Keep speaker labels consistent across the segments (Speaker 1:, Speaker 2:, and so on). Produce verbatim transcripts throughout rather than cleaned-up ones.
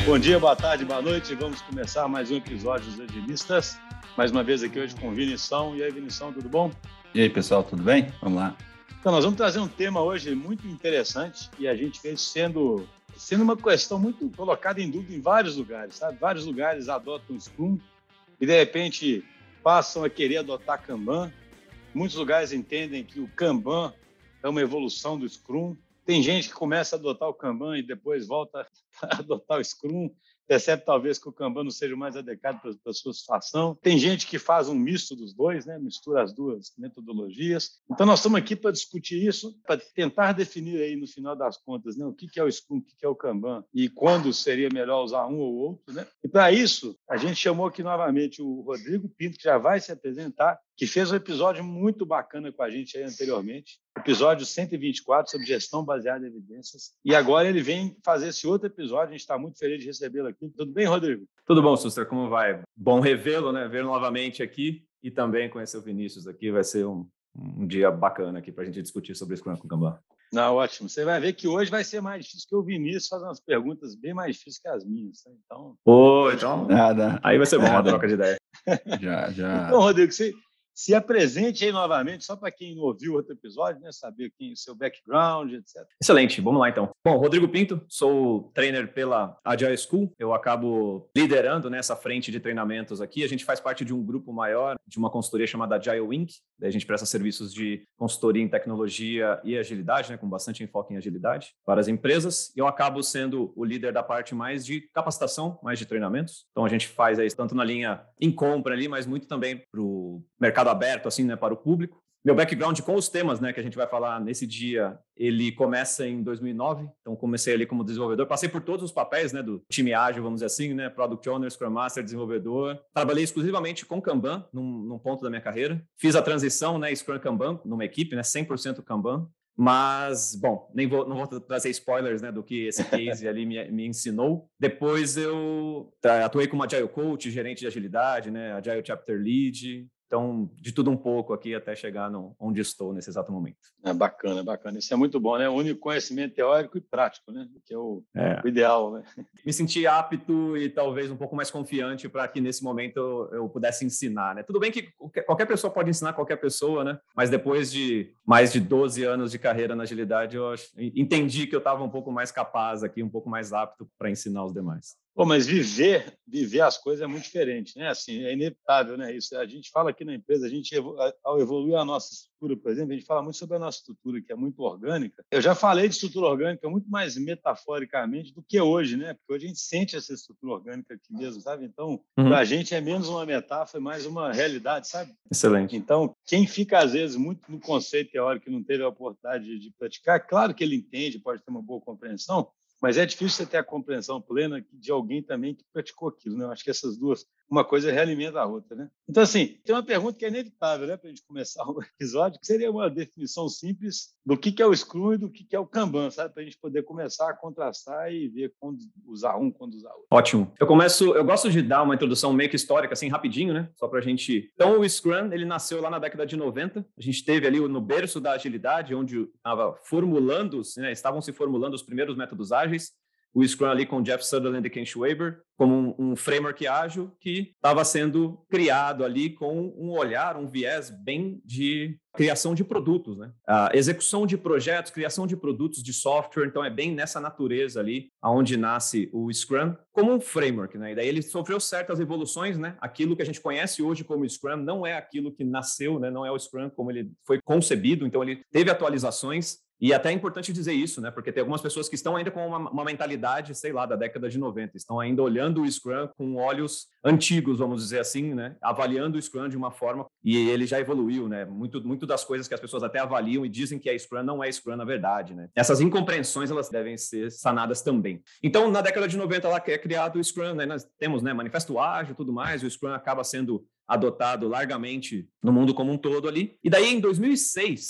Speaker 1: Bom dia, boa tarde, boa noite. Vamos começar mais um episódio dos Agilistas. Mais uma vez aqui hoje com Vinição. E aí, Vinição, tudo bom?
Speaker 2: E aí, pessoal, tudo bem? Vamos lá.
Speaker 1: Então, nós vamos trazer um tema hoje muito interessante e a gente vê sendo, sendo uma questão muito colocada em dúvida em vários lugares, sabe? Vários lugares adotam Scrum e, de repente, passam a querer adotar Kanban. Muitos lugares entendem que o Kanban é uma evolução do Scrum. Tem gente que começa a adotar o Kanban e depois volta a adotar o Scrum, percebe talvez que o Kanban não seja o mais adequado para a sua situação. Tem gente que faz um misto dos dois, né? Mistura as duas metodologias. Então, nós estamos aqui para discutir isso, para tentar definir aí, no final das contas, né, o que é o Scrum, o que é o Kanban e quando seria melhor usar um ou outro, né? E, para isso, a gente chamou aqui novamente o Rodrigo Pinto, que já vai se apresentar, que fez um episódio muito bacana com a gente aí anteriormente, episódio cento e vinte e quatro, sobre gestão baseada em evidências. E agora ele vem fazer esse outro episódio, a gente está muito feliz de recebê-lo aqui. Tudo bem, Rodrigo?
Speaker 3: Tudo bom, Suster, como vai? Bom revê-lo, né? Ver novamente aqui e também conhecer o Vinícius aqui. Vai ser um, um dia bacana aqui para a gente discutir sobre Scrum com Kanban.
Speaker 1: Não, ótimo. Você vai ver que hoje vai ser mais difícil, que o Vinícius faz umas perguntas bem mais difíceis que as minhas. Né? Então,
Speaker 3: Pô, então
Speaker 2: Nada.
Speaker 3: Aí vai ser bom a troca de ideia.
Speaker 2: Já, já.
Speaker 1: Então, Rodrigo, você se apresente aí novamente, só para quem não ouviu o outro episódio, né? Saber quem o seu background, etcétera.
Speaker 3: Excelente, vamos lá então. Bom, Rodrigo Pinto, sou trainer pela Agile School. Eu acabo liderando nessa frente de treinamentos aqui. A gente faz parte de um grupo maior, de uma consultoria chamada Agile Incorporated. Daí a gente presta serviços de consultoria em tecnologia e agilidade, né, com bastante enfoque em agilidade para as empresas. E eu acabo sendo o líder da parte mais de capacitação, mais de treinamentos. Então a gente faz isso tanto na linha em compra ali, mas muito também para o mercado aberto, assim, né, para o público. Meu background com os temas, né, que a gente vai falar nesse dia, ele começa em dois mil e nove, então comecei ali como desenvolvedor, passei por todos os papéis, né, do time ágil, vamos dizer assim, né, Product Owner, Scrum Master, desenvolvedor. Trabalhei exclusivamente com Kanban, num, num ponto da minha carreira. Fiz a transição, né, Scrum Kanban, numa equipe, né, cem por cento Kanban. Mas, bom, nem vou, não vou trazer spoilers, né, do que esse case ali me, me ensinou. Depois eu atuei como Agile Coach, gerente de agilidade, né, Agile Chapter Lead. Então, de tudo um pouco aqui até chegar no, onde estou nesse exato momento.
Speaker 1: É bacana, bacana. Isso é muito bom, né? Une o conhecimento teórico e prático, né? Que é o,
Speaker 3: é.
Speaker 1: o ideal, né?
Speaker 3: Me senti apto e talvez um pouco mais confiante para que nesse momento eu, eu pudesse ensinar, né? Tudo bem que qualquer pessoa pode ensinar qualquer pessoa, né? Mas depois de mais de doze anos de carreira na agilidade, eu entendi que eu estava um pouco mais capaz aqui, um pouco mais apto para ensinar os demais.
Speaker 1: Pô, mas viver, viver as coisas é muito diferente, né? Assim, é inevitável, né? Isso a gente fala aqui na empresa, a gente ao evoluir a nossa estrutura, por exemplo, a gente fala muito sobre a nossa estrutura, que é muito orgânica. Eu já falei de estrutura orgânica muito mais metaforicamente do que hoje, né? Porque hoje a gente sente essa estrutura orgânica aqui mesmo, sabe? Então, uhum. Para a gente é menos uma metáfora, é mais uma realidade, sabe?
Speaker 3: Excelente.
Speaker 1: Então, quem fica às vezes muito no conceito teórico e não teve a oportunidade de, de praticar, claro que ele entende, pode ter uma boa compreensão, mas é difícil você ter a compreensão plena de alguém também que praticou aquilo, né? Eu acho que essas duas, uma coisa realimenta a outra, né? Então, assim, tem uma pergunta que é inevitável, né, para a gente começar o episódio, que seria uma definição simples do que é o Scrum e do que é o Kanban, sabe? Para a gente poder começar a contrastar e ver quando usar um, quando usar outro.
Speaker 3: Ótimo. Eu começo, eu gosto de dar uma introdução meio que histórica, assim, rapidinho, né? Só para a gente... Então, o Scrum, ele nasceu lá na década de noventa. A gente teve ali no berço da agilidade, onde estava formulando, né, estavam se formulando os primeiros métodos ágeis. O Scrum ali com Jeff Sutherland e Ken Schwaber, como um, um framework ágil que estava sendo criado ali com um olhar, um viés bem de criação de produtos, né? A execução de projetos, criação de produtos de software, então é bem nessa natureza ali, aonde nasce o Scrum, como um framework, né? E daí ele sofreu certas evoluções, né? Aquilo que a gente conhece hoje como Scrum não é aquilo que nasceu, né? Não é o Scrum como ele foi concebido, então ele teve atualizações. E até é importante dizer isso, né? Porque tem algumas pessoas que estão ainda com uma, uma mentalidade, sei lá, da década de noventa, estão ainda olhando o Scrum com olhos antigos, vamos dizer assim, né? Avaliando o Scrum de uma forma, e ele já evoluiu, né? Muito, muito das coisas que as pessoas até avaliam e dizem que é Scrum não é Scrum na verdade, né? Essas incompreensões, elas devem ser sanadas também. Então, na década de noventa, ela é criado o Scrum, né? Nós temos, né, manifesto ágil e tudo mais, o Scrum acaba sendo adotado largamente no mundo como um todo ali. E daí, em dois mil e seis...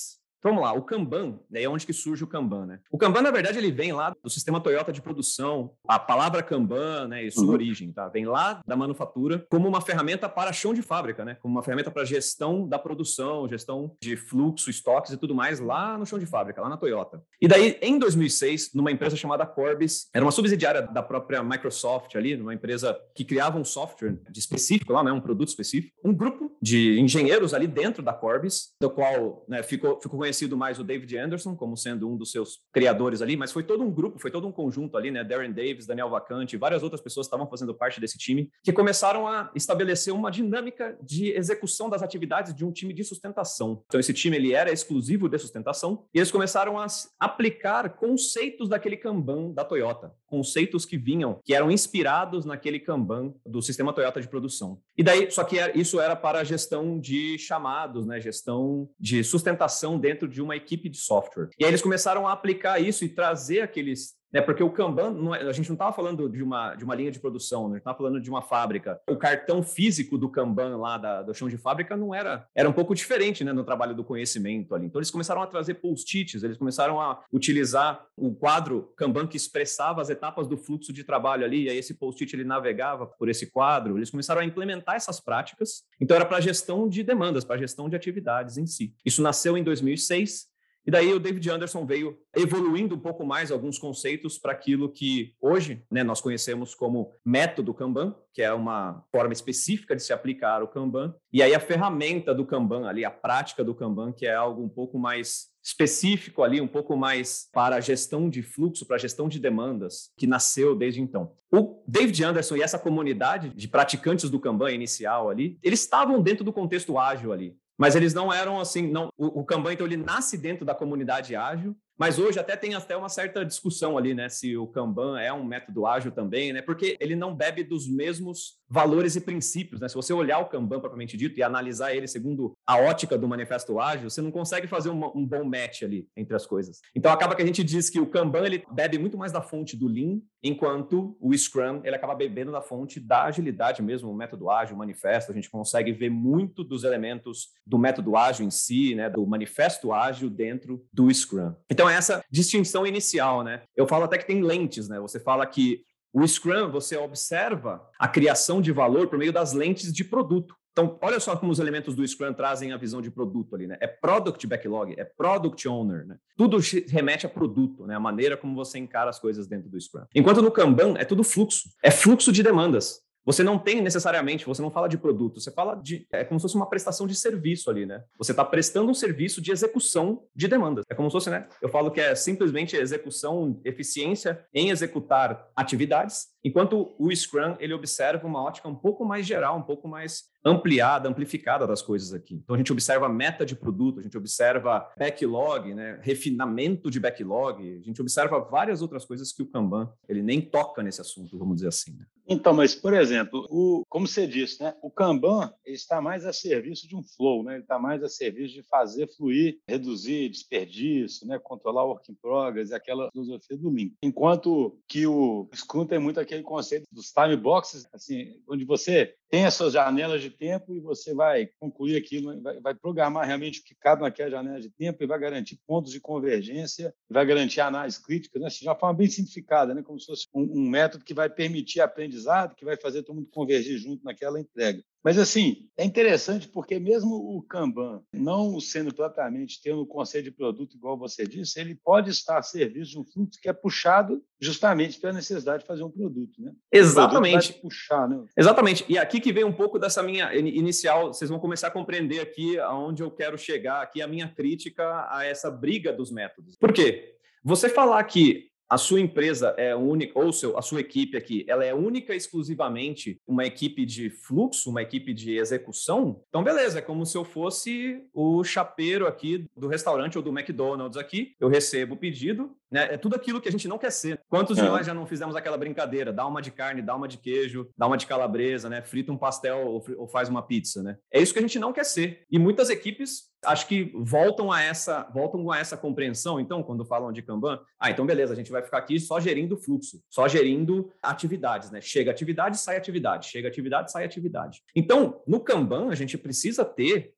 Speaker 3: Vamos lá, o Kanban, né, é onde que surge o Kanban, né? O Kanban, na verdade, ele vem lá do sistema Toyota de produção. A palavra Kanban, né, e sua uhum. origem, tá? Vem lá da manufatura como uma ferramenta para chão de fábrica, né? Como uma ferramenta para gestão da produção, gestão de fluxo, estoques e tudo mais lá no chão de fábrica, lá na Toyota. E daí, em dois mil e seis, numa empresa chamada Corbis, era uma subsidiária da própria Microsoft ali, numa empresa que criava um software específico lá, né, um produto específico, um grupo de engenheiros ali dentro da Corbis, do qual, né, ficou, ficou conhecido mais o David Anderson como sendo um dos seus criadores ali, mas foi todo um grupo, foi todo um conjunto ali, né, Darren Davis, Daniel Vacante, várias outras pessoas estavam fazendo parte desse time, que começaram a estabelecer uma dinâmica de execução das atividades de um time de sustentação. Então esse time ele era exclusivo de sustentação e eles começaram a aplicar conceitos daquele Kanban da Toyota, conceitos que vinham, que eram inspirados naquele Kanban do sistema Toyota de produção. E daí, só que isso era para a gestão de chamados, né, gestão de sustentação dentro de uma equipe de software. E aí eles começaram a aplicar isso e trazer aqueles... É porque o Kanban, não é, a gente não estava falando de uma, de uma linha de produção, né? A gente estava falando de uma fábrica. O cartão físico do Kanban lá da, do chão de fábrica não era... Era um pouco diferente, né, no trabalho do conhecimento ali. Então, eles começaram a trazer post-its, eles começaram a utilizar o quadro Kanban que expressava as etapas do fluxo de trabalho ali, e aí esse post-it ele navegava por esse quadro. Eles começaram a implementar essas práticas. Então, era para gestão de demandas, para gestão de atividades em si. Isso nasceu em dois mil e seis. E daí o David Anderson veio evoluindo um pouco mais alguns conceitos para aquilo que hoje, né, nós conhecemos como método Kanban, que é uma forma específica de se aplicar o Kanban. E aí a ferramenta do Kanban, ali, a prática do Kanban, que é algo um pouco mais específico ali, um pouco mais para a gestão de fluxo, para a gestão de demandas, que nasceu desde então. O David Anderson e essa comunidade de praticantes do Kanban inicial ali, eles estavam dentro do contexto ágil ali. Mas eles não eram assim, não, o, o Kanban, então, ele nasce dentro da comunidade ágil, mas hoje até tem até uma certa discussão ali, né, se o Kanban é um método ágil também, né, porque ele não bebe dos mesmos valores e princípios, né, se você olhar o Kanban propriamente dito e analisar ele segundo a ótica do manifesto ágil, você não consegue fazer um, um bom match ali entre as coisas. Então acaba que a gente diz que o Kanban, ele bebe muito mais da fonte do Lean, enquanto o Scrum, ele acaba bebendo da fonte da agilidade mesmo, o método ágil, o manifesto, a gente consegue ver muito dos elementos do método ágil em si, né, do manifesto ágil dentro do Scrum. Então, é essa distinção inicial, né? Eu falo até que tem lentes, né? Você fala que o Scrum, você observa a criação de valor por meio das lentes de produto. Então, olha só como os elementos do Scrum trazem a visão de produto ali, né? É Product Backlog, é Product Owner, né? Tudo remete a produto, né? A maneira como você encara as coisas dentro do Scrum. Enquanto no Kanban é tudo fluxo, é fluxo de demandas. Você não tem necessariamente, você não fala de produto, você fala de... É como se fosse uma prestação de serviço ali, né? Você está prestando um serviço de execução de demandas. É como se fosse, né? Eu falo que é simplesmente execução, eficiência em executar atividades, enquanto o Scrum, ele observa uma ótica um pouco mais geral, um pouco mais ampliada, amplificada das coisas aqui. Então, a gente observa meta de produto, a gente observa backlog, né? Refinamento de backlog, a gente observa várias outras coisas que o Kanban, ele nem toca nesse assunto, vamos dizer assim, né?
Speaker 1: Então, mas, por exemplo, o, como você disse, né, o Kanban ele está mais a serviço de um flow, né? Ele está mais a serviço de fazer fluir, reduzir desperdício, né? Controlar o work in progress, aquela filosofia do Lean. Enquanto que o Scrum tem muito aquele conceito dos time boxes, assim, onde você tem as suas janelas de tempo e você vai concluir aquilo, vai, vai programar realmente o que cabe naquela janela de tempo e vai garantir pontos de convergência, vai garantir análise crítica, né? De uma forma bem simplificada, né? Como se fosse um, um método que vai permitir aprendizado, que vai fazer todo mundo convergir junto naquela entrega. Mas, assim, é interessante porque mesmo o Kanban, não sendo propriamente tendo o conceito de produto, igual você disse, ele pode estar a serviço de um fluxo que é puxado justamente pela necessidade de fazer um produto, né?
Speaker 3: Exatamente.
Speaker 1: Vai puxar, né?
Speaker 3: Exatamente. E aqui que vem um pouco dessa minha inicial, vocês vão começar a compreender aqui aonde eu quero chegar, aqui a minha crítica a essa briga dos métodos. Por quê? Você falar que a sua empresa é única, ou seu, a sua equipe aqui, ela é única e exclusivamente uma equipe de fluxo, uma equipe de execução, então beleza, é como se eu fosse o chapeiro aqui do restaurante ou do McDonald's aqui, eu recebo o pedido, né? É tudo aquilo que a gente não quer ser. Quantos de nós já não fizemos aquela brincadeira? Dá uma de carne, dá uma de queijo, dá uma de calabresa, né? Frita um pastel ou, ou faz uma pizza, né? É isso que a gente não quer ser. E muitas equipes acho que voltam a essa, voltam a essa compreensão, então, quando falam de Kanban, ah, então beleza, a gente vai ficar aqui só gerindo fluxo, só gerindo atividades, né? Chega atividade, sai atividade, chega atividade, sai atividade. Então, no Kanban, a gente precisa ter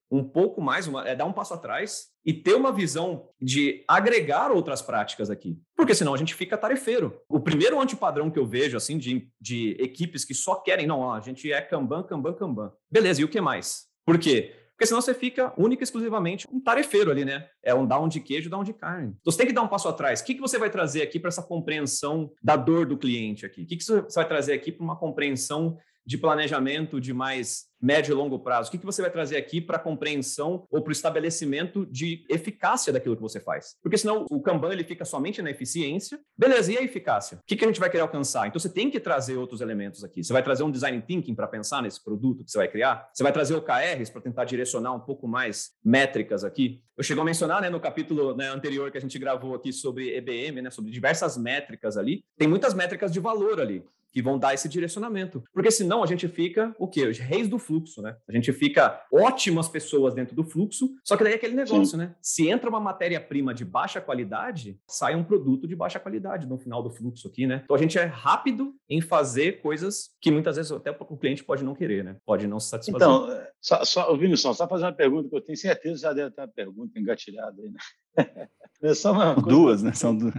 Speaker 3: um pouco mais, uma, é dar um passo atrás e ter uma visão de agregar outras práticas aqui. Porque senão a gente fica tarefeiro. O primeiro antipadrão que eu vejo, assim, de, de equipes que só querem, não, ó, a gente é Kanban, Kanban, Kanban. Beleza, e o que mais? Por quê? Porque senão você fica única e exclusivamente um tarefeiro ali, né? É um down de queijo, down de carne. Então você tem que dar um passo atrás. O que, que você vai trazer aqui para essa compreensão da dor do cliente aqui? O que, que você vai trazer aqui para uma compreensão de planejamento de mais médio e longo prazo? O que, que você vai trazer aqui para a compreensão ou para o estabelecimento de eficácia daquilo que você faz? Porque senão o Kanban ele fica somente na eficiência. Beleza, e a eficácia? O que, que a gente vai querer alcançar? Então você tem que trazer outros elementos aqui. Você vai trazer um design thinking para pensar nesse produto que você vai criar? Você vai trazer O K Rs para tentar direcionar um pouco mais métricas aqui? Eu chegou a mencionar, né, no capítulo, né, anterior que a gente gravou aqui sobre E B M, né, sobre diversas métricas ali. Tem muitas métricas de valor ali que vão dar esse direcionamento. Porque senão a gente fica, o quê? Os reis do fluxo, né? A gente fica ótimas pessoas dentro do fluxo, só que daí é aquele negócio, Sim. né? Se entra uma matéria-prima de baixa qualidade, sai um produto de baixa qualidade no final do fluxo aqui, né? Então a gente é rápido em fazer coisas que muitas vezes até o cliente pode não querer, né? Pode não se satisfazer.
Speaker 1: Então, só, só, Vinicius, só fazer uma pergunta que eu tenho certeza que já deve ter uma pergunta engatilhada aí, né? É só uma coisa...
Speaker 2: Duas, né? São duas.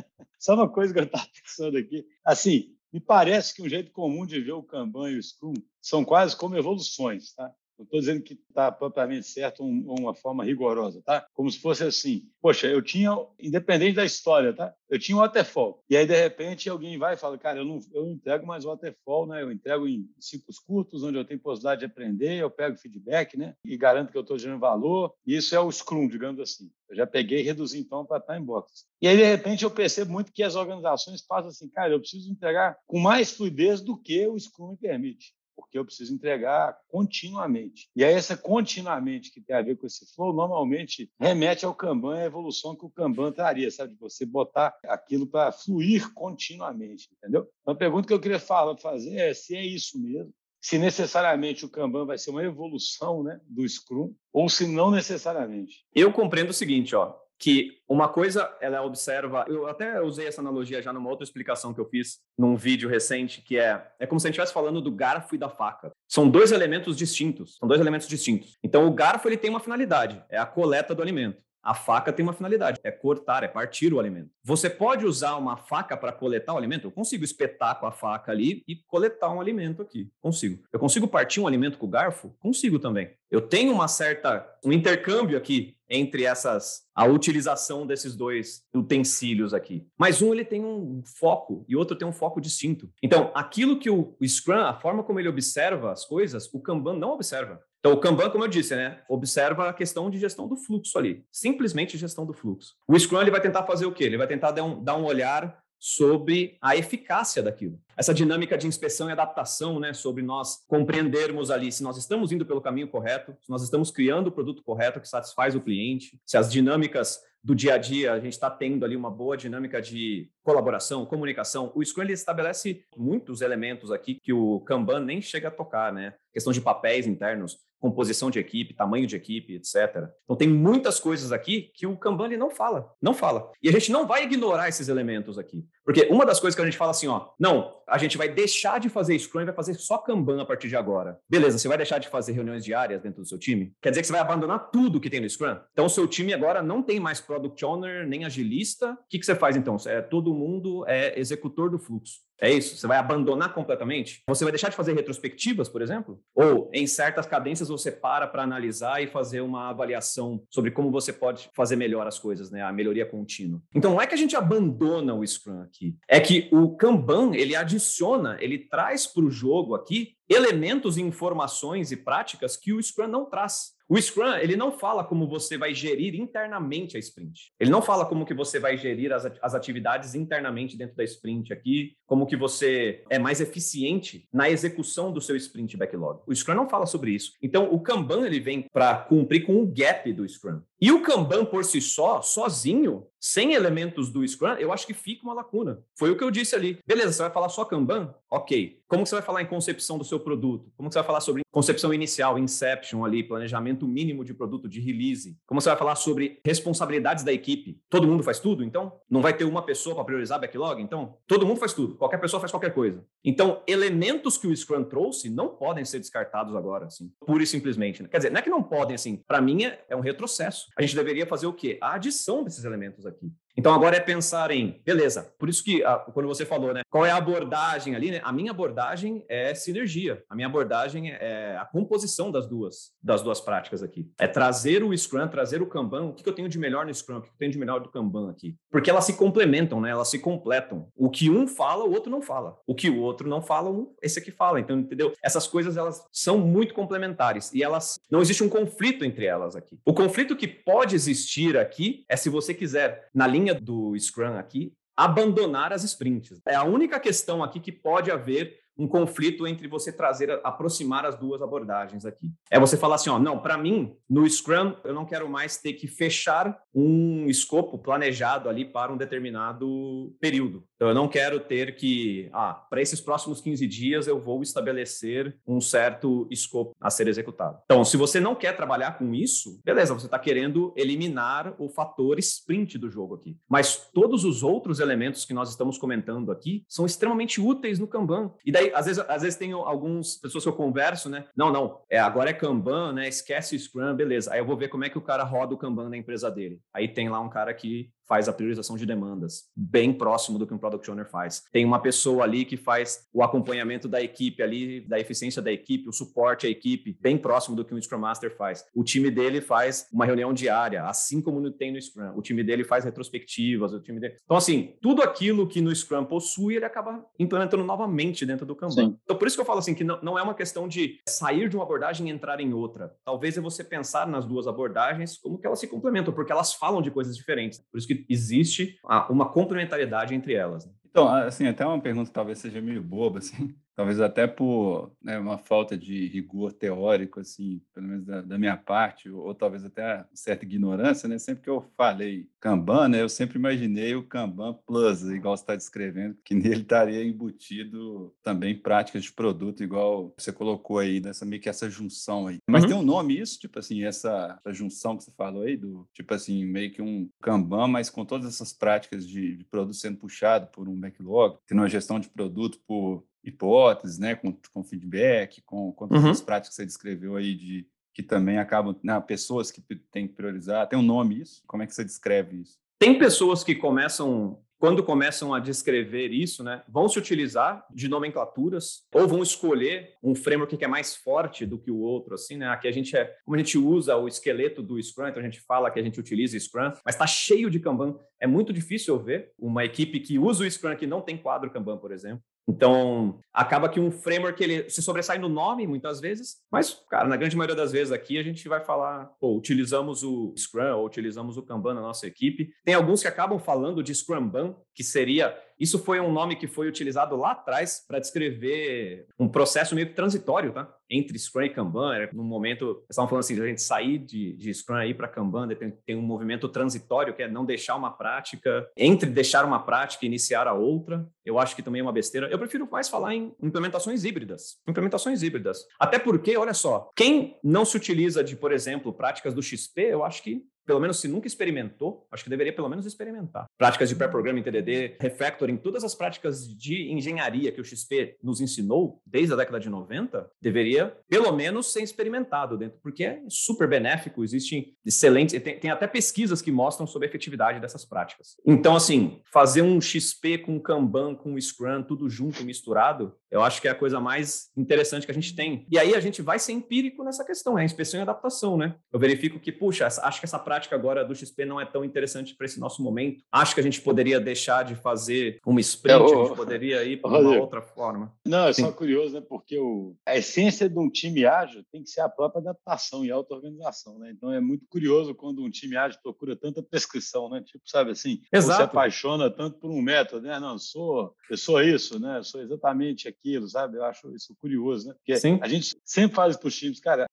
Speaker 1: Só uma coisa que eu estava pensando aqui. Assim, me parece que um jeito comum de ver o Kanban e o Scrum são quase como evoluções, tá? Não estou dizendo que está propriamente certo um, uma forma rigorosa, tá? Como se fosse assim, poxa, eu tinha, independente da história, tá? Eu tinha um waterfall. E aí, de repente, alguém vai e fala, cara, eu não, eu não entrego mais waterfall, né? Eu entrego em ciclos curtos, onde eu tenho possibilidade de aprender, eu pego feedback, né? E garanto que eu estou gerando valor. E isso é o Scrum, digamos assim. Eu já peguei e reduzi, então, para time box. E aí, de repente, eu percebo muito que as organizações passam assim, cara, eu preciso entregar com mais fluidez do que o Scrum me permite, porque eu preciso entregar continuamente. E aí, essa continuamente que tem a ver com esse flow, normalmente remete ao Kanban, a evolução que o Kanban traria, sabe? De você botar aquilo para fluir continuamente, entendeu? Então, a pergunta que eu queria falar, fazer é se é isso mesmo, se necessariamente o Kanban vai ser uma evolução, né, do Scrum, ou se não necessariamente.
Speaker 3: Eu compreendo o seguinte, ó, que uma coisa, ela observa... Eu até usei essa analogia já numa outra explicação que eu fiz num vídeo recente, que é, é como se a gente estivesse falando do garfo e da faca. São dois elementos distintos. São dois elementos distintos. Então, o garfo ele tem uma finalidade, é a coleta do alimento. A faca tem uma finalidade, é cortar, é partir o alimento. Você pode usar uma faca para coletar o alimento? Eu consigo espetar com a faca ali e coletar um alimento aqui. Consigo. Eu consigo partir um alimento com o garfo? Consigo também. Eu tenho uma certa, um intercâmbio aqui entre essas, a utilização desses dois utensílios aqui. Mas um ele tem um foco e o outro tem um foco distinto. Então, aquilo que o, o Scrum, a forma como ele observa as coisas, o Kanban não observa. Então, o Kanban, como eu disse, né, observa a questão de gestão do fluxo ali. Simplesmente gestão do fluxo. O Scrum ele vai tentar fazer o quê? Ele vai tentar dar um, dar um olhar sobre a eficácia daquilo. Essa dinâmica de inspeção e adaptação, né, sobre nós compreendermos ali se nós estamos indo pelo caminho correto, se nós estamos criando o produto correto que satisfaz o cliente, se as dinâmicas do dia a dia, a gente está tendo ali uma boa dinâmica de colaboração, comunicação. O Scrum ele estabelece muitos elementos aqui que o Kanban nem chega a tocar, né? Questão de papéis internos, composição de equipe, tamanho de equipe, etcétera. Então, tem muitas coisas aqui que o Kanban ele não fala, não fala. E a gente não vai ignorar esses elementos aqui. Porque uma das coisas que a gente fala assim, ó, não, a gente vai deixar de fazer Scrum e vai fazer só Kanban a partir de agora. Beleza, você vai deixar de fazer reuniões diárias dentro do seu time? Quer dizer que você vai abandonar tudo que tem no Scrum? Então, o seu time agora não tem mais Product Owner, nem agilista. O que, que você faz, então? É, todo mundo é executor do fluxo. É isso? Você vai abandonar completamente? Você vai deixar de fazer retrospectivas, por exemplo? Ou, em certas cadências, você para para analisar e fazer uma avaliação sobre como você pode fazer melhor as coisas, né? A melhoria contínua. Então, não é que a gente abandona o Scrum aqui. É que o Kanban, ele adiciona, ele traz para o jogo aqui elementos, informações e práticas que o Scrum não traz. O Scrum, ele não fala como você vai gerir internamente a sprint. Ele não fala como que você vai gerir as, as atividades internamente dentro da sprint aqui, como que você é mais eficiente na execução do seu sprint backlog. O Scrum não fala sobre isso. Então, o Kanban, ele vem para cumprir com o gap do Scrum. E o Kanban por si só, sozinho, sem elementos do Scrum, eu acho que fica uma lacuna. Foi o que eu disse ali. Beleza, você vai falar só Kanban? Ok. Como que você vai falar em concepção do seu produto? Como que você vai falar sobre concepção inicial, inception ali, planejamento mínimo de produto, de release? Como você vai falar sobre responsabilidades da equipe? Todo mundo faz tudo, então? Não vai ter uma pessoa para priorizar backlog? Então, todo mundo faz tudo. Qualquer pessoa faz qualquer coisa. Então, elementos que o Scrum trouxe não podem ser descartados agora, assim, pura e simplesmente. Né? Quer dizer, não é que não podem, assim, para mim é, é um retrocesso. A gente deveria fazer o quê? A adição desses elementos aqui. Então, agora é pensar em, beleza, por isso que, ah, quando você falou, né, qual é a abordagem ali, né? A minha abordagem é sinergia, a minha abordagem é a composição das duas, das duas práticas aqui. É trazer o Scrum, trazer o Kanban, o que eu tenho de melhor no Scrum, o que eu tenho de melhor do Kanban aqui. Porque elas se complementam, né? Elas se completam. O que um fala, o outro não fala. O que o outro não fala, um, esse aqui fala. Então, entendeu? Essas coisas, elas são muito complementares e elas, não existe um conflito entre elas aqui. O conflito que pode existir aqui é se você quiser, na linha do Scrum aqui, abandonar as sprints. É a única questão aqui que pode haver um conflito entre você trazer, aproximar as duas abordagens aqui. É você falar assim, ó, não, para mim, no Scrum, eu não quero mais ter que fechar um escopo planejado ali para um determinado período. Então, eu não quero ter que, ah, para esses próximos quinze dias, eu vou estabelecer um certo escopo a ser executado. Então, se você não quer trabalhar com isso, beleza, você está querendo eliminar o fator sprint do jogo aqui. Mas todos os outros elementos que nós estamos comentando aqui são extremamente úteis no Kanban. E daí, às vezes, às vezes tem algumas pessoas que eu converso, né? Não, não, é, agora é Kanban, né? Esquece o Scrum, beleza. Aí eu vou ver como é que o cara roda o Kanban na empresa dele. Aí tem lá um cara que faz a priorização de demandas, bem próximo do que um Product Owner faz. Tem uma pessoa ali que faz o acompanhamento da equipe ali, da eficiência da equipe, o suporte à equipe, bem próximo do que um Scrum Master faz. O time dele faz uma reunião diária, assim como tem no Scrum. O time dele faz retrospectivas, o time dele... Então, assim, tudo aquilo que no Scrum possui, ele acaba implementando novamente dentro do Kanban. Sim. Então, por isso que eu falo assim, que não, não é uma questão de sair de uma abordagem e entrar em outra. Talvez é você pensar nas duas abordagens como que elas se complementam, porque elas falam de coisas diferentes. Por isso que existe uma complementariedade entre elas.
Speaker 2: Então, assim, até uma pergunta que talvez seja meio boba, assim, talvez até por, né, uma falta de rigor teórico, assim, pelo menos da, da minha parte, ou, ou talvez até certa ignorância, né? Sempre que eu falei Kanban, né, eu sempre imaginei o Kanban Plus, igual você está descrevendo, que nele estaria embutido também práticas de produto, igual você colocou aí, nessa, meio que essa junção aí. Mas uhum. Tem um nome isso, tipo assim, essa, essa junção que você falou aí, do tipo assim, meio que um Kanban, mas com todas essas práticas de, de produto sendo puxado por um backlog, tendo uma gestão de produto por hipóteses, né, com, com feedback, com, com todas uhum. as práticas que você descreveu aí, de, que também acabam, né, pessoas que têm que priorizar. Tem um nome isso? Como é que você descreve isso?
Speaker 3: Tem pessoas que começam, quando começam a descrever isso, né, vão se utilizar de nomenclaturas ou vão escolher um framework que é mais forte do que o outro, assim, né? Aqui a gente é, como a gente usa o esqueleto do Scrum, então a gente fala que a gente utiliza Scrum, mas está cheio de Kanban. É muito difícil eu ver uma equipe que usa o Scrum que não tem quadro Kanban, por exemplo. Então, acaba que um framework ele se sobressai no nome, muitas vezes, mas, cara, na grande maioria das vezes aqui a gente vai falar, pô, utilizamos o Scrum ou utilizamos o Kanban na nossa equipe. Tem alguns que acabam falando de Scrumban, que seria... Isso foi um nome que foi utilizado lá atrás para descrever um processo meio transitório, tá? Entre Scrum e Kanban. Era num momento, eles estavam falando assim, a gente sair de, de Scrum aí para Kanban, tem, tem um movimento transitório, que é não deixar uma prática, entre deixar uma prática e iniciar a outra. Eu acho que também é uma besteira. Eu prefiro mais falar em implementações híbridas. Implementações híbridas. Até porque, olha só, quem não se utiliza de, por exemplo, práticas do X P, eu acho que pelo menos se nunca experimentou, acho que deveria pelo menos experimentar. Práticas de pair programming, T D D, refactoring, todas as práticas de engenharia que o X P nos ensinou desde a década de noventa, deveria pelo menos ser experimentado dentro, porque é super benéfico, existem excelentes, tem, tem até pesquisas que mostram sobre a efetividade dessas práticas. Então, assim, fazer um X P com Kanban, com Scrum, tudo junto e misturado, eu acho que é a coisa mais interessante que a gente tem. E aí a gente vai ser empírico nessa questão, é a inspeção e adaptação, né? Eu verifico que, puxa, acho que essa prática agora do X P não é tão interessante para esse nosso momento. Acho que a gente poderia deixar de fazer uma sprint, é, o... a gente poderia ir para uma outra forma.
Speaker 1: Não, é Sim. só curioso, né? Porque o... a essência de um time ágil tem que ser a própria adaptação e auto-organização, né? Então é muito curioso quando um time ágil procura tanta prescrição, né? Tipo, sabe assim,
Speaker 3: Exato.
Speaker 1: Você apaixona tanto por um método, né? Não, eu sou, eu sou isso, né? Eu sou exatamente aquilo, sabe? Eu acho isso curioso, né? Porque Sim. a gente sempre faz para os times, cara,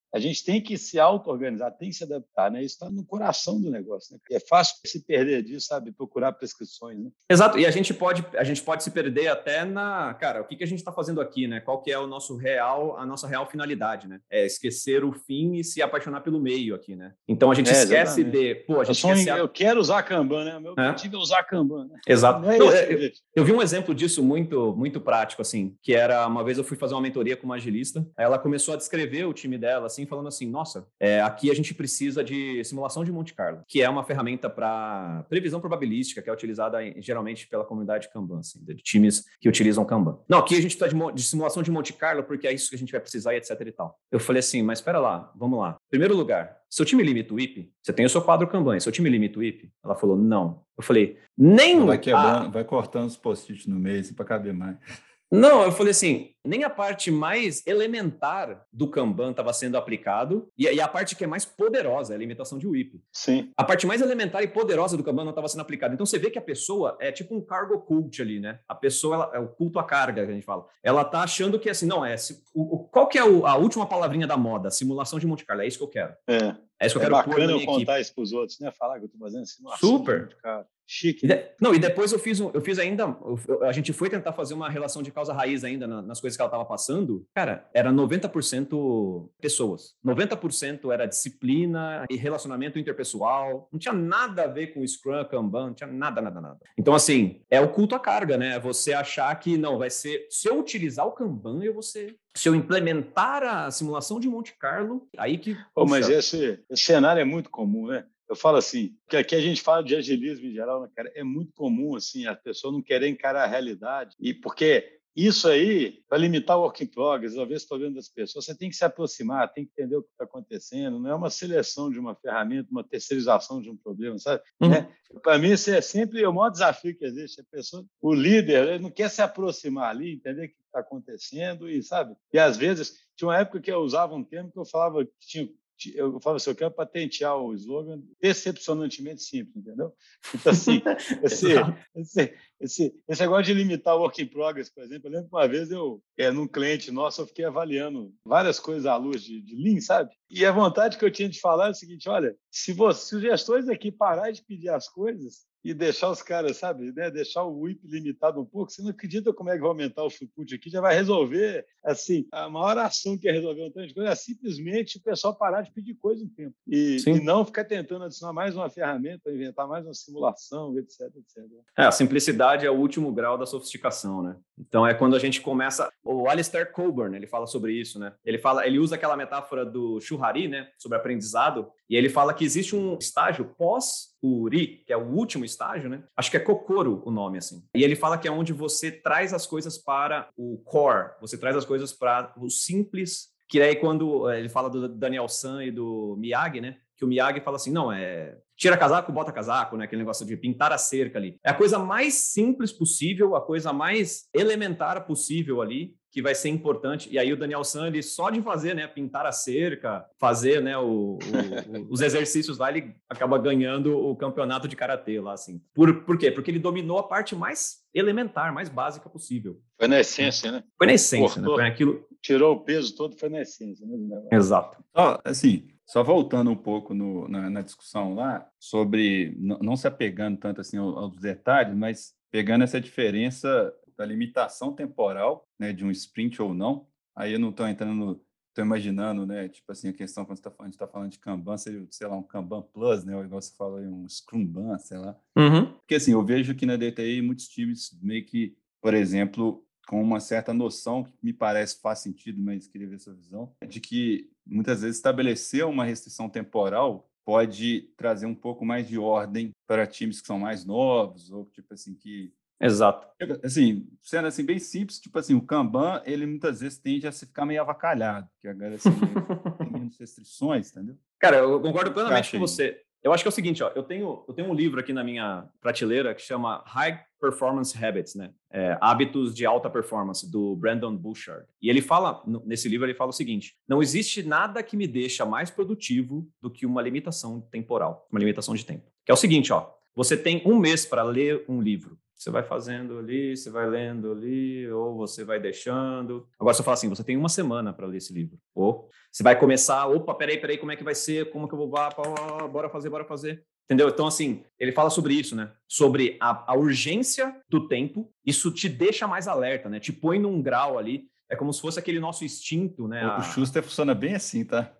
Speaker 1: A gente tem que se auto-organizar, tem que se adaptar, né? Isso está no coração do negócio, né? É fácil se perder disso, sabe? Procurar prescrições, né?
Speaker 3: Exato, e a gente pode, a gente pode se perder até na, cara, o que, que a gente está fazendo aqui, né? Qual que é o nosso real, a nossa real finalidade, né? É esquecer o fim e se apaixonar pelo meio aqui, né? Então a gente é, esquece de, pô, a gente
Speaker 1: eu,
Speaker 3: esquece
Speaker 1: um,
Speaker 3: a...
Speaker 1: eu quero usar Kanban, né? Meu objetivo é, é usar Kanban, né?
Speaker 3: Exato.
Speaker 1: Não é
Speaker 3: Não,
Speaker 1: esse,
Speaker 3: eu, eu vi um exemplo disso muito, muito prático, assim, que era, uma vez eu fui fazer uma mentoria com uma agilista, aí ela começou a descrever o time dela, assim, falando assim, nossa, é, aqui a gente precisa de simulação de Monte Carlo, que é uma ferramenta para previsão probabilística, que é utilizada em, geralmente pela comunidade Kanban, assim, de times que utilizam Kanban. Não, aqui a gente precisa de, de simulação de Monte Carlo, porque é isso que a gente vai precisar e etc e tal. Eu falei assim, mas espera lá, vamos lá. Primeiro lugar, seu time limita o I P? Você tem o seu quadro Kanban, seu time limita o I P? Ela falou, não. Eu falei, nem...
Speaker 2: Vai quebrando,
Speaker 3: a...
Speaker 2: vai cortando os post-its no meio, assim, para caber mais.
Speaker 3: Não, eu falei assim, nem a parte mais elementar do Kanban estava sendo aplicado e, e a parte que é mais poderosa é a limitação de W I P.
Speaker 1: Sim.
Speaker 3: A parte mais elementar e poderosa do Kanban não estava sendo aplicada. Então você vê que a pessoa é tipo um cargo cult ali, né? A pessoa, ela, é o culto à carga que a gente fala. Ela tá achando que assim, não, é... O, o, qual que é o, a última palavrinha da moda? Simulação de Monte Carlo, é isso que eu quero.
Speaker 1: É.
Speaker 3: É isso que eu
Speaker 1: é
Speaker 3: quero pôr na minha
Speaker 1: bacana eu contar
Speaker 3: equipe.
Speaker 1: isso para os outros, né? Falar que eu estou fazendo simulação.
Speaker 3: Super.
Speaker 1: Cara. Chique.
Speaker 3: E de... Não, e depois eu fiz, um, eu fiz ainda, eu, a gente foi tentar fazer uma relação de causa raiz ainda na, nas coisas que ela estava passando. Cara, era noventa por cento pessoas. noventa por cento era disciplina e relacionamento interpessoal. Não tinha nada a ver com Scrum, Kanban, não tinha nada, nada, nada. Então, assim, é o culto à carga, né? Você achar que, não, vai ser... Se eu utilizar o Kanban, eu vou ser... Se eu implementar a simulação de Monte Carlo, aí que...
Speaker 1: Oh, mas esse, esse cenário é muito comum, né? Eu falo assim, que aqui a gente fala de agilismo em geral, né, cara? É muito comum, assim, a pessoa não querer encarar a realidade. E porque isso aí, para limitar o work in progress, resolver esse problema das pessoas, você tem que se aproximar, tem que entender o que está acontecendo. Não é uma seleção de uma ferramenta, uma terceirização de um problema, sabe? Uhum. Né? Para mim, esse é sempre o maior desafio que existe. A pessoa, o líder, ele não quer se aproximar ali, entender o que está acontecendo e, sabe? E, às vezes, tinha uma época que eu usava um termo que eu falava que tinha... Eu falo assim, eu quero patentear o slogan decepcionantemente simples, entendeu? Então, assim, esse, esse, esse, esse negócio de limitar o work in progress, por exemplo, eu lembro que uma vez eu, é, num cliente nosso, eu fiquei avaliando várias coisas à luz de, de Lean, sabe? E a vontade que eu tinha de falar é o seguinte, olha, se, você, se os gestores aqui pararem de pedir as coisas e deixar os caras, sabe, né, deixar o W I P limitado um pouco, você não acredita como é que vai aumentar o throughput aqui, já vai resolver, assim, a maior ação que é resolver um tanto de coisa é simplesmente o pessoal parar de pedir coisa um tempo e, e não ficar tentando adicionar mais uma ferramenta, inventar mais uma simulação, etc, etcétera.
Speaker 3: É, a simplicidade é o último grau da sofisticação, né? Então é quando a gente começa... O Alistair Cockburn, ele fala sobre isso, né? Ele fala, ele usa aquela metáfora do churrari, né? Sobre aprendizado, e ele fala que existe um estágio pós o ri, que é o último estágio, né? Acho que é Kokoro o nome, assim. E ele fala que é onde você traz as coisas para o core, você traz as coisas para o simples, que aí quando ele fala do Daniel San e do Miyagi, né? Que o Miyagi fala assim, não, é... Tira casaco, bota casaco, né? Aquele negócio de pintar a cerca ali. É a coisa mais simples possível, a coisa mais elementar possível ali, que vai ser importante. E aí o Daniel San, ele só de fazer, né, pintar a cerca, fazer, né, o, o, os exercícios lá, ele acaba ganhando o campeonato de karatê lá, assim. Por, por quê? Porque ele dominou a parte mais elementar, mais básica possível.
Speaker 1: Foi na essência, né?
Speaker 3: Foi na essência,
Speaker 1: Cortou,
Speaker 3: né? Foi naquilo...
Speaker 1: Tirou o peso todo, foi na essência, né?
Speaker 3: Exato.
Speaker 2: Ó, assim, só voltando um pouco no, na, na discussão lá, sobre, não, não se apegando tanto assim aos, aos detalhes, mas pegando essa diferença da limitação temporal, né, de um sprint ou não. Aí eu não estou entrando, estou imaginando, né, tipo assim, a questão quando tá, a gente está falando de Kanban, seria, sei lá, um Kanban Plus, né, ou igual você falou aí, um Scrumban, sei lá.
Speaker 3: Uhum. Porque
Speaker 2: assim, eu vejo que na D T I muitos times meio que, por exemplo, com uma certa noção, que me parece faz sentido, mas queria ver essa visão, de que muitas vezes estabelecer uma restrição temporal pode trazer um pouco mais de ordem para times que são mais novos, ou tipo assim, que...
Speaker 3: Exato.
Speaker 2: Assim, sendo assim, bem simples, tipo assim, o Kanban, ele muitas vezes tende a se ficar meio avacalhado, porque agora assim, tem menos restrições, entendeu?
Speaker 3: Cara, eu concordo plenamente com
Speaker 2: aí?
Speaker 3: você. Eu acho que é o seguinte, ó, eu tenho, eu tenho um livro aqui na minha prateleira que chama High Performance Habits, né? É, Hábitos de Alta Performance, do Brandon Bouchard. E ele fala, nesse livro, ele fala o seguinte, não existe nada que me deixa mais produtivo do que uma limitação temporal, uma limitação de tempo. Que é o seguinte, ó, você tem um mês para ler um livro. Você vai fazendo ali, você vai lendo ali, ou você vai deixando. Agora, se eu falar assim, você tem uma semana para ler esse livro. Ou você vai começar, opa, peraí, peraí, como é que vai ser? Como que eu vou... Bora fazer, bora fazer. Entendeu? Então, assim, ele fala sobre isso, né? Sobre a, a urgência do tempo. Isso te deixa mais alerta, né? Te põe num grau ali. É como se fosse aquele nosso instinto, né?
Speaker 2: O,
Speaker 3: a...
Speaker 2: o Schuster funciona bem assim, tá?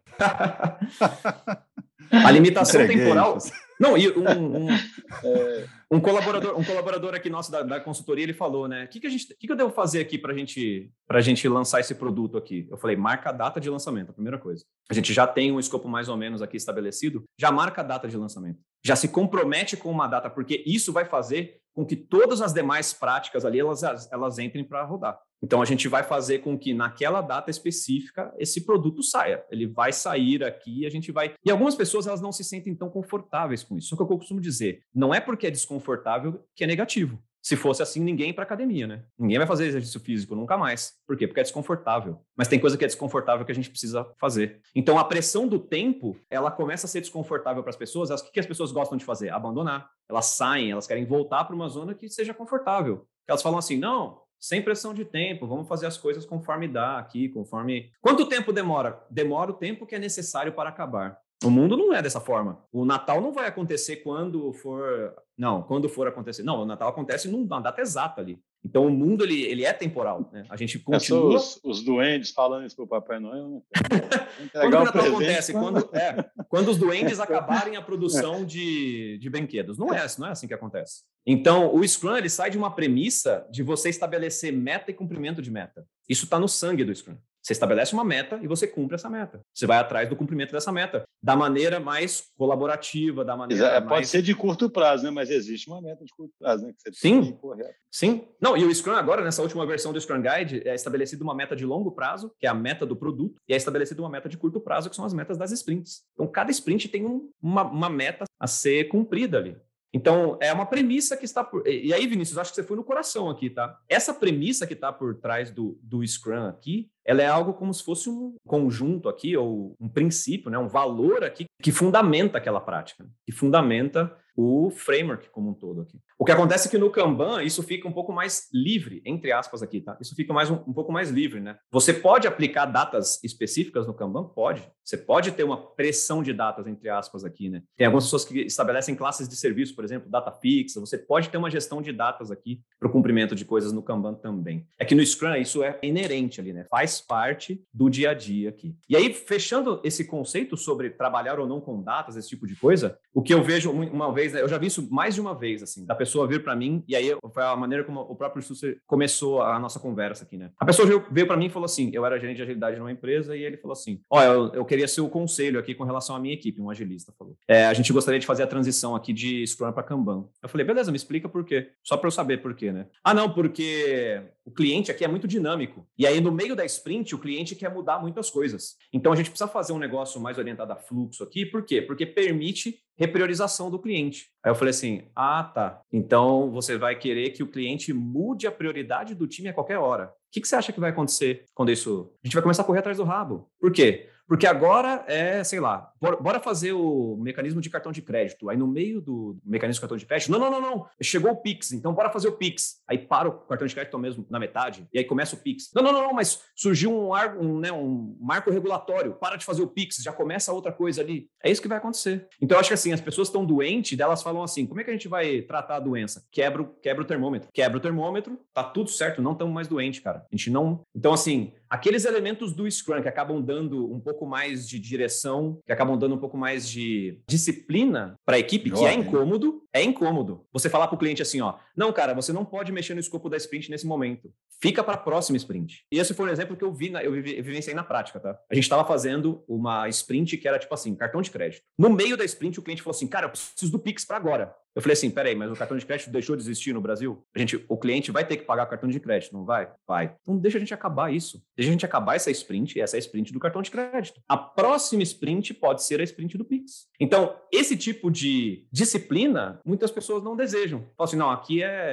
Speaker 3: A limitação
Speaker 2: Entreguei,
Speaker 3: temporal...
Speaker 2: Schuster.
Speaker 3: Não, e um, um, é, um, colaborador, um colaborador aqui nosso da, da consultoria, ele falou, né? O que, que, a gente, que, que eu devo fazer aqui para gente, a gente lançar esse produto aqui? Eu falei, marca a data de lançamento, a primeira coisa. A gente já tem um escopo mais ou menos aqui estabelecido, já marca a data de lançamento. Já se compromete com uma data, porque isso vai fazer com que todas as demais práticas ali, elas, elas entrem para rodar. Então, a gente vai fazer com que naquela data específica esse produto saia. Ele vai sair aqui, a gente vai... E algumas pessoas, elas não se sentem tão confortáveis com isso. Só que eu costumo dizer, não é porque é desconfortável que é negativo. Se fosse assim, ninguém ia para academia, né? Ninguém vai fazer exercício físico, nunca mais. Por quê? Porque é desconfortável. Mas tem coisa que é desconfortável que a gente precisa fazer. Então, a pressão do tempo, ela começa a ser desconfortável para as pessoas. O que as pessoas gostam de fazer? Abandonar. Elas saem, elas querem voltar para uma zona que seja confortável. Elas falam assim, não... Sem pressão de tempo, vamos fazer as coisas conforme dá aqui, conforme... Quanto tempo demora? Demora o tempo que é necessário para acabar. O mundo não é dessa forma. O Natal não vai acontecer quando for... Não, quando for acontecer. Não, o Natal acontece numa data exata ali. Então, o mundo, ele, ele é temporal, né? A gente continua...
Speaker 1: É os, os duendes falando isso para o Papai Noel, né?
Speaker 3: Quando o Natal acontece? Quando, é, quando os duendes acabarem a produção de, de brinquedos. Não é, não é assim que acontece. Então, o Scrum, ele sai de uma premissa de você estabelecer meta e cumprimento de meta. Isso está no sangue do Scrum. Você estabelece uma meta e você cumpre essa meta. Você vai atrás do cumprimento dessa meta, da maneira mais colaborativa, da maneira
Speaker 1: Exato.
Speaker 3: mais...
Speaker 1: Pode ser de curto prazo, né? Mas existe uma meta de curto prazo, né? Que você
Speaker 3: Sim,
Speaker 1: tem que correr.
Speaker 3: Sim. Não, e o Scrum agora, nessa última versão do Scrum Guide, é estabelecida uma meta de longo prazo, que é a meta do produto, e é estabelecida uma meta de curto prazo, que são as metas das sprints. Então, cada sprint tem um, uma, uma meta a ser cumprida ali. Então, é uma premissa que está por... E aí, Vinícius, acho que você foi no coração aqui, tá? Essa premissa que está por trás do, do Scrum aqui, ela é algo como se fosse um conjunto aqui, ou um princípio, né? Um valor aqui que fundamenta aquela prática, que fundamenta o framework como um todo aqui. O que acontece é que no Kanban, isso fica um pouco mais livre, entre aspas aqui, tá? Isso fica mais um, um pouco mais livre, né? Você pode aplicar datas específicas no Kanban? Pode. Você pode ter uma pressão de datas, entre aspas, aqui, né? Tem algumas pessoas que estabelecem classes de serviço, por exemplo, data fixa. Você pode ter uma gestão de datas aqui para o cumprimento de coisas no Kanban também. É que no Scrum isso é inerente ali, né? Faz parte do dia a dia aqui. E aí, fechando esse conceito sobre trabalhar ou não com datas, esse tipo de coisa, o que eu vejo uma vez, né? Eu já vi isso mais de uma vez, assim, da pessoa vir para mim, e aí foi a maneira como o próprio Schuster começou a nossa conversa aqui, né? A pessoa veio, veio para mim e falou assim, eu era gerente de agilidade numa empresa, e ele falou assim, ó, eu, eu queria ser o conselho aqui com relação à minha equipe, um agilista falou. É, a gente gostaria de fazer a transição aqui de Scrum para Kanban. Eu falei, beleza, me explica por quê. Só para eu saber por quê, né? Ah, não, porque o cliente aqui é muito dinâmico. E aí, no meio da sprint, o cliente quer mudar muitas coisas. Então, a gente precisa fazer um negócio mais orientado a fluxo aqui. Por quê? Porque permite repriorização do cliente. Aí eu falei assim, ah, tá. Então, você vai querer que o cliente mude a prioridade do time a qualquer hora. O que, que você acha que vai acontecer quando isso... A gente vai começar a correr atrás do rabo. Por quê? Porque agora é, sei lá, bora fazer o mecanismo de cartão de crédito. Aí no meio do mecanismo de cartão de crédito, não, não, não, não, chegou o Pix, então bora fazer o Pix. Aí para o cartão de crédito mesmo na metade, e aí começa o Pix. Não, não, não, não, mas surgiu um, um, né, um marco regulatório, para de fazer o Pix, já começa outra coisa ali. É isso que vai acontecer. Então eu acho que assim, as pessoas estão doentes, elas falam assim, como é que a gente vai tratar a doença? Quebra, quebra o termômetro. Quebra o termômetro, tá tudo certo, não estamos mais doentes, cara. A gente não... Então assim, aqueles elementos do Scrum que acabam dando um pouco mais de direção, que acabam dando um pouco mais de disciplina para a equipe, que é incômodo, é incômodo. Você falar para o cliente assim, ó, não, cara, você não pode mexer no escopo da sprint nesse momento. Fica para a próxima sprint. E esse foi um exemplo que eu vi, na, eu vivenciei na prática, tá? A gente estava fazendo uma sprint que era tipo assim, cartão de crédito. No meio da sprint, o cliente falou assim, cara, eu preciso do Pix para agora. Eu falei assim, peraí, mas o cartão de crédito deixou de existir no Brasil? A gente, o cliente vai ter que pagar o cartão de crédito, não vai? Vai. Então deixa a gente acabar isso. Deixa a gente acabar essa sprint, e essa é a sprint do cartão de crédito. A próxima sprint pode ser a sprint do Pix. Então, esse tipo de disciplina, muitas pessoas não desejam. Falam assim, não, aqui é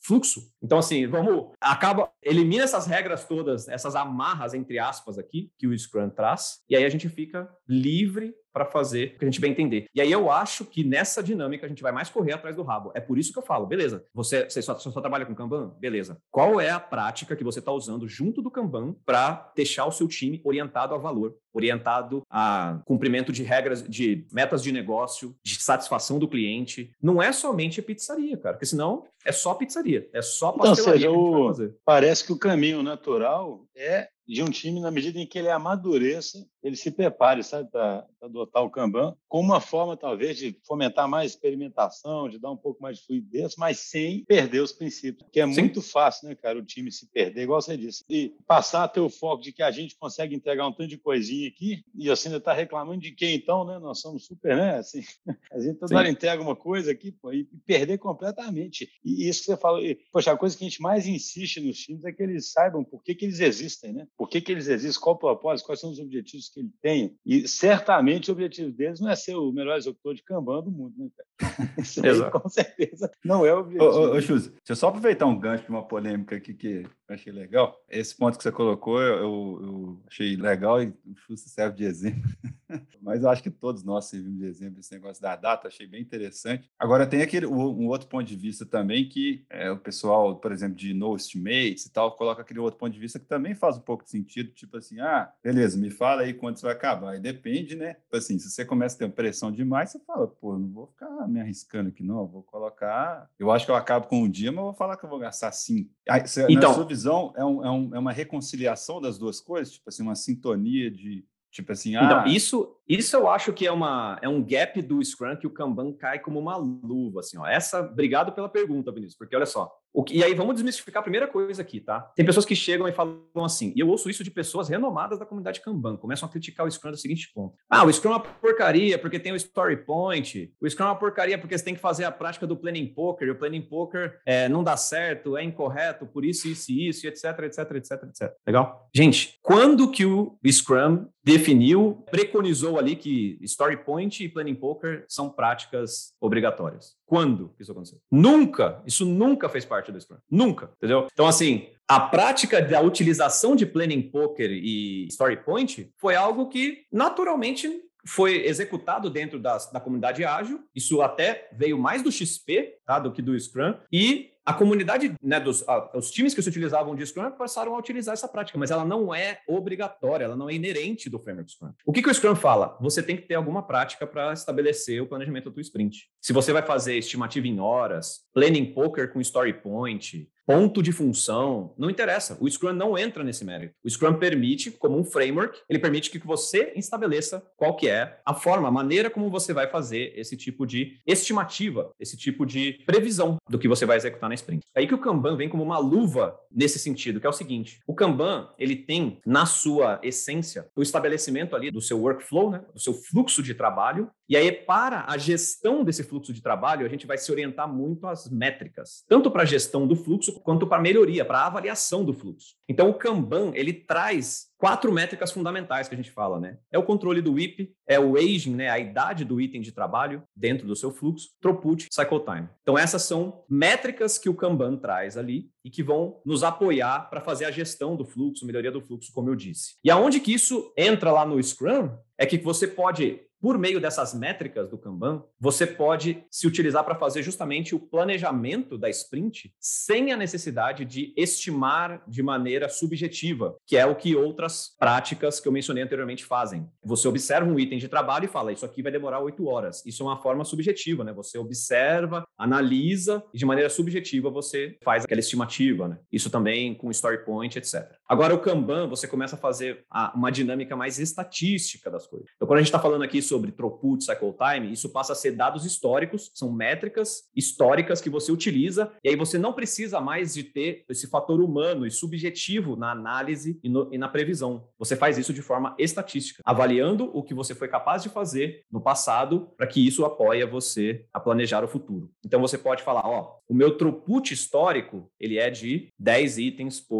Speaker 3: fluxo. Então, assim, vamos, acaba, elimina essas regras todas, essas amarras, entre aspas, aqui, que o Scrum traz, e aí a gente fica livre para fazer o que a gente bem entender. E aí eu acho que nessa dinâmica a gente vai mais correr atrás do rabo. É por isso que eu falo, beleza, você, você só, só trabalha com Kanban? Beleza. Qual é a prática que você está usando junto do Kanban para deixar o seu time orientado a valor, orientado a cumprimento de regras, de metas de negócio, de satisfação do cliente? Não é somente a pizzaria, cara, porque senão é só pizzaria, é só pastelaria.
Speaker 1: Então, ou seja, o... parece que o caminho natural é de um time, na medida em que ele amadureça, ele se prepare, sabe, para adotar o Kanban, com uma forma, talvez, de fomentar mais experimentação, de dar um pouco mais de fluidez, mas sem perder os princípios. Porque é Sim. muito fácil, né, cara, o time se perder, igual você disse, e passar a ter o foco de que a gente consegue entregar um tanto de coisinha aqui, e você ainda está reclamando de quem, então, né? Nós somos super, né? Assim, a gente toda hora entrega uma coisa aqui, pô, e perder completamente. E isso que você falou, e, poxa, a coisa que a gente mais insiste nos times é que eles saibam por que, que eles existem, né? Por que, que eles existem, qual o propósito, quais são os objetivos que ele tem. E certamente o objetivo deles não é ser o melhor executor de Kanban do mundo, né, cara? Isso aí, com certeza, não é o objetivo.
Speaker 2: Ô, ô, ô Chus, deixa eu só aproveitar um gancho de uma polêmica aqui que eu achei legal. Esse ponto que você colocou, eu, eu, eu achei legal e o Chus serve de exemplo. Mas eu acho que todos nós servimos de exemplo esse negócio da data, achei bem interessante. Agora, tem aquele, um outro ponto de vista também que é, o pessoal, por exemplo, de no estimates e tal, coloca aquele outro ponto de vista que também faz um pouco de sentido, tipo assim, ah, beleza, me fala aí quando isso vai acabar. Aí depende, né? Tipo assim, se você começa a ter pressão demais, você fala, pô, não vou ficar me arriscando aqui, não, eu vou colocar... Eu acho que eu acabo com um dia, mas eu vou falar que eu vou gastar cinco. Aí, você, então, na sua visão, é, um, é, um, é uma reconciliação das duas coisas? Tipo assim, uma sintonia de... Tipo assim, ah...
Speaker 3: Então, isso, isso eu acho que é, uma, é um gap do Scrum que o Kanban cai como uma luva, assim, ó. Essa, obrigado pela pergunta, Vinícius, porque olha só, o que, e aí vamos desmistificar a primeira coisa aqui, tá? Tem pessoas que chegam e falam assim, e eu ouço isso de pessoas renomadas da comunidade Kanban, começam a criticar o Scrum do seguinte ponto. Ah, o Scrum é uma porcaria porque tem o Story Point, o Scrum é uma porcaria porque você tem que fazer a prática do Planning Poker, e o Planning Poker é, não dá certo, é incorreto, por isso, isso e isso, etc, etc, etc, etcétera. Legal? Gente, quando que o Scrum definiu, preconizou ali que Story Point e Planning Poker são práticas obrigatórias? Quando isso aconteceu? Nunca! Isso nunca fez parte do Scrum. Nunca, entendeu? Então, assim, a prática da utilização de Planning Poker e Story Point foi algo que, naturalmente, foi executado dentro das, da comunidade ágil. Isso até veio mais do X P, tá, do que do Scrum. E a comunidade, né, dos a, os times que se utilizavam de Scrum passaram a utilizar essa prática, mas ela não é obrigatória, ela não é inerente do framework Scrum. O que, que o Scrum fala? Você tem que ter alguma prática para estabelecer o planejamento do tua sprint. Se você vai fazer estimativa em horas, Planning Poker com Story Point, ponto de função, não interessa. O Scrum não entra nesse mérito. O Scrum permite, como um framework, ele permite que você estabeleça qual que é a forma, a maneira como você vai fazer esse tipo de estimativa, esse tipo de previsão do que você vai executar na sprint. É aí que o Kanban vem como uma luva nesse sentido, que é o seguinte, o Kanban, ele tem na sua essência o estabelecimento ali do seu workflow, né, do seu fluxo de trabalho, e aí para a gestão desse fluxo de trabalho, a gente vai se orientar muito às métricas, tanto para a gestão do fluxo, quanto para a melhoria, para a avaliação do fluxo. Então, o Kanban, ele traz quatro métricas fundamentais que a gente fala, né? É o controle do W I P, é o aging, né? A idade do item de trabalho dentro do seu fluxo, throughput, cycle time. Então, essas são métricas que o Kanban traz ali e que vão nos apoiar para fazer a gestão do fluxo, melhoria do fluxo, como eu disse. E aonde que isso entra lá no Scrum é que você pode, por meio dessas métricas do Kanban, você pode se utilizar para fazer justamente o planejamento da sprint sem a necessidade de estimar de maneira subjetiva, que é o que outras práticas que eu mencionei anteriormente fazem. Você observa um item de trabalho e fala, isso aqui vai demorar oito horas. Isso é uma forma subjetiva, né? Você observa, analisa e de maneira subjetiva você faz aquela estimativa, né? Isso também com Story Point, etcétera. Agora o Kanban, você começa a fazer uma dinâmica mais estatística das coisas. Então, quando a gente está falando aqui sobre throughput, cycle time, isso passa a ser dados históricos, são métricas históricas que você utiliza, e aí você não precisa mais de ter esse fator humano e subjetivo na análise e, no, e na previsão. Você faz isso de forma estatística, avaliando o que você foi capaz de fazer no passado para que isso apoie você a planejar o futuro. Então, você pode falar, ó, o meu throughput histórico, ele é de dez itens por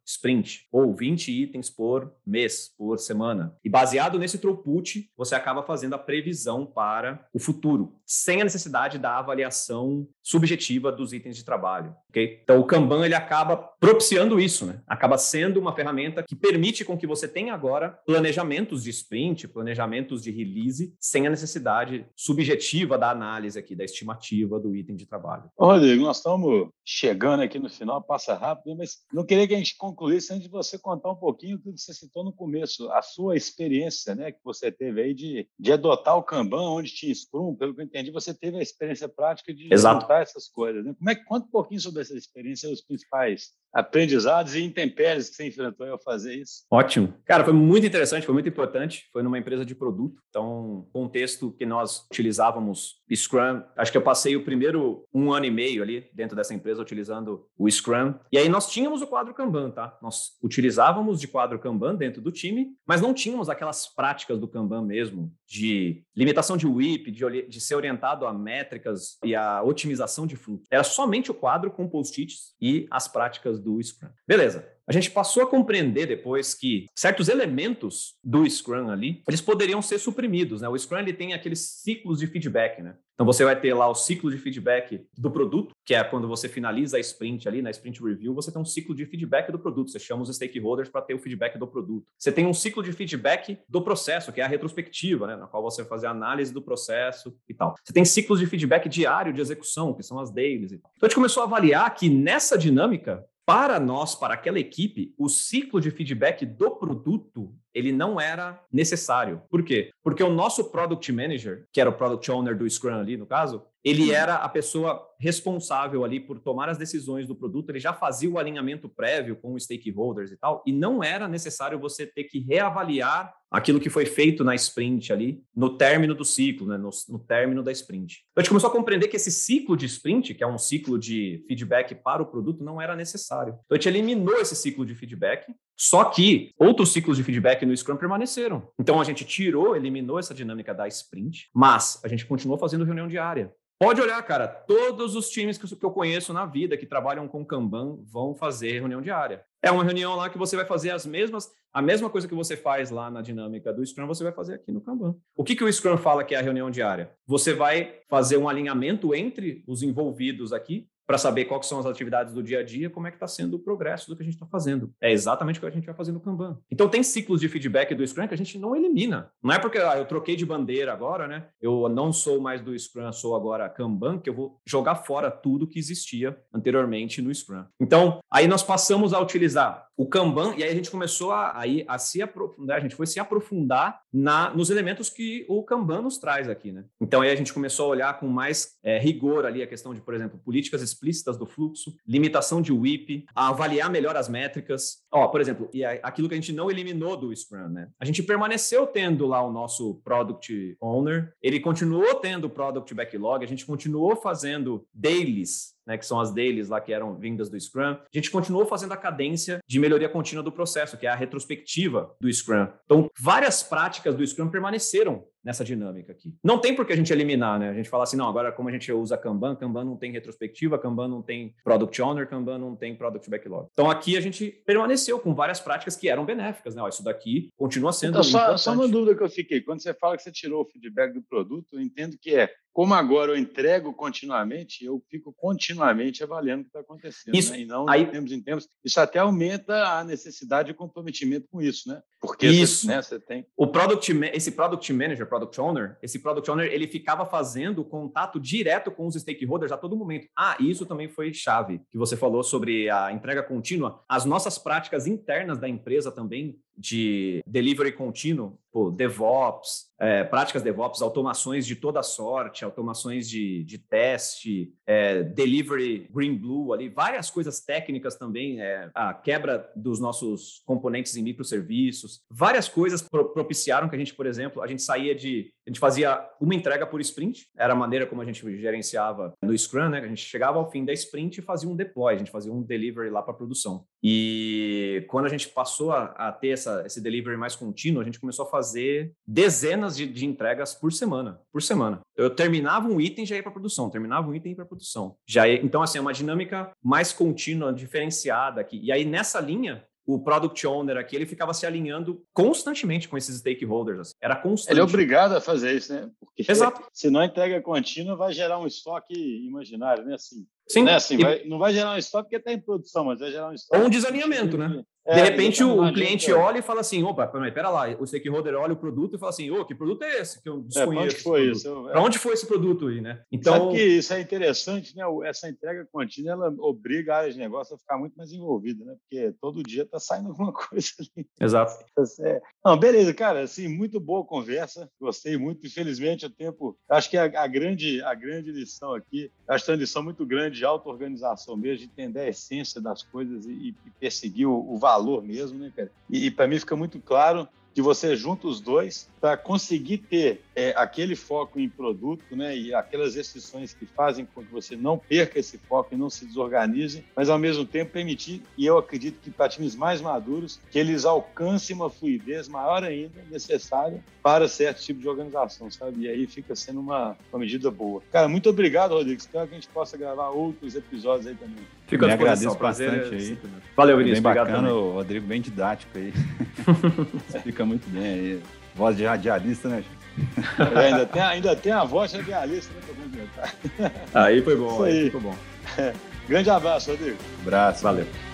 Speaker 3: sprint, ou vinte itens por mês, por semana. E baseado nesse throughput, você acaba fazendo a previsão para o futuro, sem a necessidade da avaliação subjetiva dos itens de trabalho, ok? Então, o Kanban, ele acaba propiciando isso, né? Acaba sendo uma ferramenta que permite com que você tenha agora planejamentos de sprint, planejamentos de release, sem a necessidade subjetiva da análise aqui, da estimativa do item de trabalho.
Speaker 1: Ô, Rodrigo, nós estamos chegando aqui no final, passa rápido, mas não queria que a gente concluísse antes de você contar um pouquinho do que você citou no começo, a sua experiência, né, que você teve aí de, de adotar o Kanban, onde tinha Scrum, pelo que eu entendi, você teve a experiência prática de adotar essas coisas, né? Como é que conta um pouquinho sobre essa experiência, os principais aprendizados e intempéries que você enfrentou ao fazer isso?
Speaker 3: Ótimo. Cara, foi muito interessante, foi muito importante. Foi numa empresa de produto. Então, contexto que nós utilizávamos Scrum. Acho que eu passei o primeiro um ano e meio ali dentro dessa empresa utilizando o Scrum. E aí nós tínhamos o quadro Kanban, tá? Nós utilizávamos de quadro Kanban dentro do time, mas não tínhamos aquelas práticas do Kanban mesmo, de limitação de W I P, de, de ser orientado a métricas e a otimização de fluxo. Era somente o quadro com post-its e as práticas do Scrum. Beleza. A gente passou a compreender depois que certos elementos do Scrum ali, eles poderiam ser suprimidos, né? O Scrum, ele tem aqueles ciclos de feedback, né? Então, você vai ter lá o ciclo de feedback do produto, que é quando você finaliza a sprint ali, na sprint review, você tem um ciclo de feedback do produto. Você chama os stakeholders para ter o feedback do produto. Você tem um ciclo de feedback do processo, que é a retrospectiva, né? Na qual você vai fazer a análise do processo e tal. Você tem ciclos de feedback diário de execução, que são as dailies e tal. Então, a gente começou a avaliar que nessa dinâmica, para nós, para aquela equipe, o ciclo de feedback do produto, ele não era necessário. Por quê? Porque o nosso Product Manager, que era o Product Owner do Scrum ali, no caso, ele era a pessoa responsável ali por tomar as decisões do produto, ele já fazia o alinhamento prévio com os stakeholders e tal, e não era necessário você ter que reavaliar aquilo que foi feito na sprint ali, no término do ciclo, né? no, no término da sprint. Então, a gente começou a compreender que esse ciclo de sprint, que é um ciclo de feedback para o produto, não era necessário. Então, a gente eliminou esse ciclo de feedback, só que outros ciclos de feedback no Scrum permaneceram. Então, a gente tirou, eliminou essa dinâmica da sprint, mas a gente continuou fazendo reunião diária. Pode olhar, cara, todos os times que eu conheço na vida que trabalham com Kanban vão fazer reunião diária. É uma reunião lá que você vai fazer as mesmas, a mesma coisa que você faz lá na dinâmica do Scrum, você vai fazer aqui no Kanban. O que, que o Scrum fala que é a reunião diária? Você vai fazer um alinhamento entre os envolvidos aqui, para saber quais são as atividades do dia a dia, como é que está sendo o progresso do que a gente está fazendo. É exatamente o que a gente vai fazer no Kanban. Então, tem ciclos de feedback do Scrum que a gente não elimina. Não é porque ah, eu troquei de bandeira agora, né? Eu não sou mais do Scrum, sou agora Kanban, que eu vou jogar fora tudo que existia anteriormente no Scrum. Então, aí nós passamos a utilizar o Kanban e aí a gente começou a, a, a se aprofundar, a gente foi se aprofundar na, nos elementos que o Kanban nos traz aqui, né? Então, aí a gente começou a olhar com mais é, rigor ali a questão de, por exemplo, políticas explícitas do fluxo, limitação de W I P, a avaliar melhor as métricas. Ó, por exemplo, e aquilo que a gente não eliminou do Scrum, né? A gente permaneceu tendo lá o nosso Product Owner, ele continuou tendo o Product Backlog, a gente continuou fazendo dailies, né, que são as dailies lá que eram vindas do Scrum. A gente continuou fazendo a cadência de melhoria contínua do processo, que é a retrospectiva do Scrum. Então, várias práticas do Scrum permaneceram nessa dinâmica aqui. Não tem por que a gente eliminar, né? A gente fala assim, não, agora como a gente usa Kanban, Kanban não tem retrospectiva, Kanban não tem Product Owner, Kanban não tem Product Backlog. Então, aqui a gente permaneceu com várias práticas que eram benéficas, né? Ó, isso daqui continua sendo
Speaker 1: então, só,
Speaker 3: importante.
Speaker 1: Só uma dúvida que eu fiquei. Quando você fala que você tirou o feedback do produto, eu entendo que é, como agora eu entrego continuamente, eu fico continuamente avaliando o que está acontecendo.
Speaker 3: Isso,
Speaker 1: né? E não
Speaker 3: aí,
Speaker 1: de tempos em tempos. Isso até aumenta a necessidade de comprometimento com isso, né? Porque
Speaker 3: isso.
Speaker 1: Você, né, você tem...
Speaker 3: O product, esse Product Manager, Product Owner, esse Product Owner, ele ficava fazendo contato direto com os stakeholders a todo momento. Ah, isso também foi chave, que você falou sobre a entrega contínua. As nossas práticas internas da empresa também, de delivery contínuo, pô, DevOps, é, práticas DevOps, automações de toda sorte, automações de, de teste, é, delivery green blue ali, várias coisas técnicas também, é, a quebra dos nossos componentes em microserviços, várias coisas pro, propiciaram que a gente, por exemplo, a gente saía de, a gente fazia uma entrega por sprint, era a maneira como a gente gerenciava no Scrum, né? A gente chegava ao fim da sprint e fazia um deploy, a gente fazia um delivery lá para produção. E quando a gente passou a, a ter essa, esse delivery mais contínuo, a gente começou a fazer dezenas de, de entregas por semana, por semana. Eu terminava um item e já ia para produção, terminava um item e ia para produção. Já ia, então, assim, é uma dinâmica mais contínua, diferenciada aqui. E aí, nessa linha, o Product Owner aqui, ele ficava se alinhando constantemente com esses stakeholders. Assim. Era constante.
Speaker 1: Ele é obrigado a fazer isso, né? Porque
Speaker 3: Exato.
Speaker 1: Se não entrega contínua, vai gerar um estoque imaginário, né? Assim,
Speaker 3: Sim.
Speaker 1: Né? Assim,
Speaker 3: e...
Speaker 1: vai, não vai gerar um estoque porque está em produção, mas vai gerar um estoque.
Speaker 3: Ou um desalinhamento, né?
Speaker 1: É,
Speaker 3: de repente, o, o cliente
Speaker 1: gente,
Speaker 3: olha e fala assim, opa, peraí, pera lá, o stakeholder olha o produto e fala assim, ô, que produto é esse que eu desconheço?
Speaker 1: É, onde foi isso?
Speaker 3: Para onde foi esse produto aí, né?
Speaker 1: Então... Sabe que isso é interessante, né? Essa entrega contínua, ela obriga a área de negócio a ficar muito mais envolvida, né? Porque todo dia está saindo alguma coisa ali.
Speaker 3: Exato.
Speaker 1: Não, beleza, cara, assim, muito boa conversa, gostei muito, infelizmente o tempo, acho que a, a, grande, a grande lição aqui, acho que é uma lição muito grande de auto-organização mesmo, de entender a essência das coisas e, e perseguir o, o valor mesmo, né, cara? E, e para mim fica muito claro que você junta os dois para conseguir ter é, aquele foco em produto, né, e aquelas restrições que fazem com que você não perca esse foco e não se desorganize, mas ao mesmo tempo permitir, e eu acredito que para times mais maduros, que eles alcancem uma fluidez maior ainda necessária para certo tipo de organização, sabe? E aí fica sendo uma, uma medida boa. Cara, muito obrigado, Rodrigo. Espero que a gente possa gravar outros episódios aí também.
Speaker 2: Fico Me agradeço bastante aí.
Speaker 3: Valeu, Vinícius.
Speaker 2: Bem bacana, o Rodrigo bem didático aí. Fica muito bem aí. Voz de radialista, né, gente?
Speaker 1: É, ainda, tem, ainda tem a voz de radialista, né?
Speaker 3: Aí foi bom, aí. Aí ficou bom.
Speaker 1: Grande abraço, Rodrigo.
Speaker 2: Abraço.
Speaker 3: Valeu.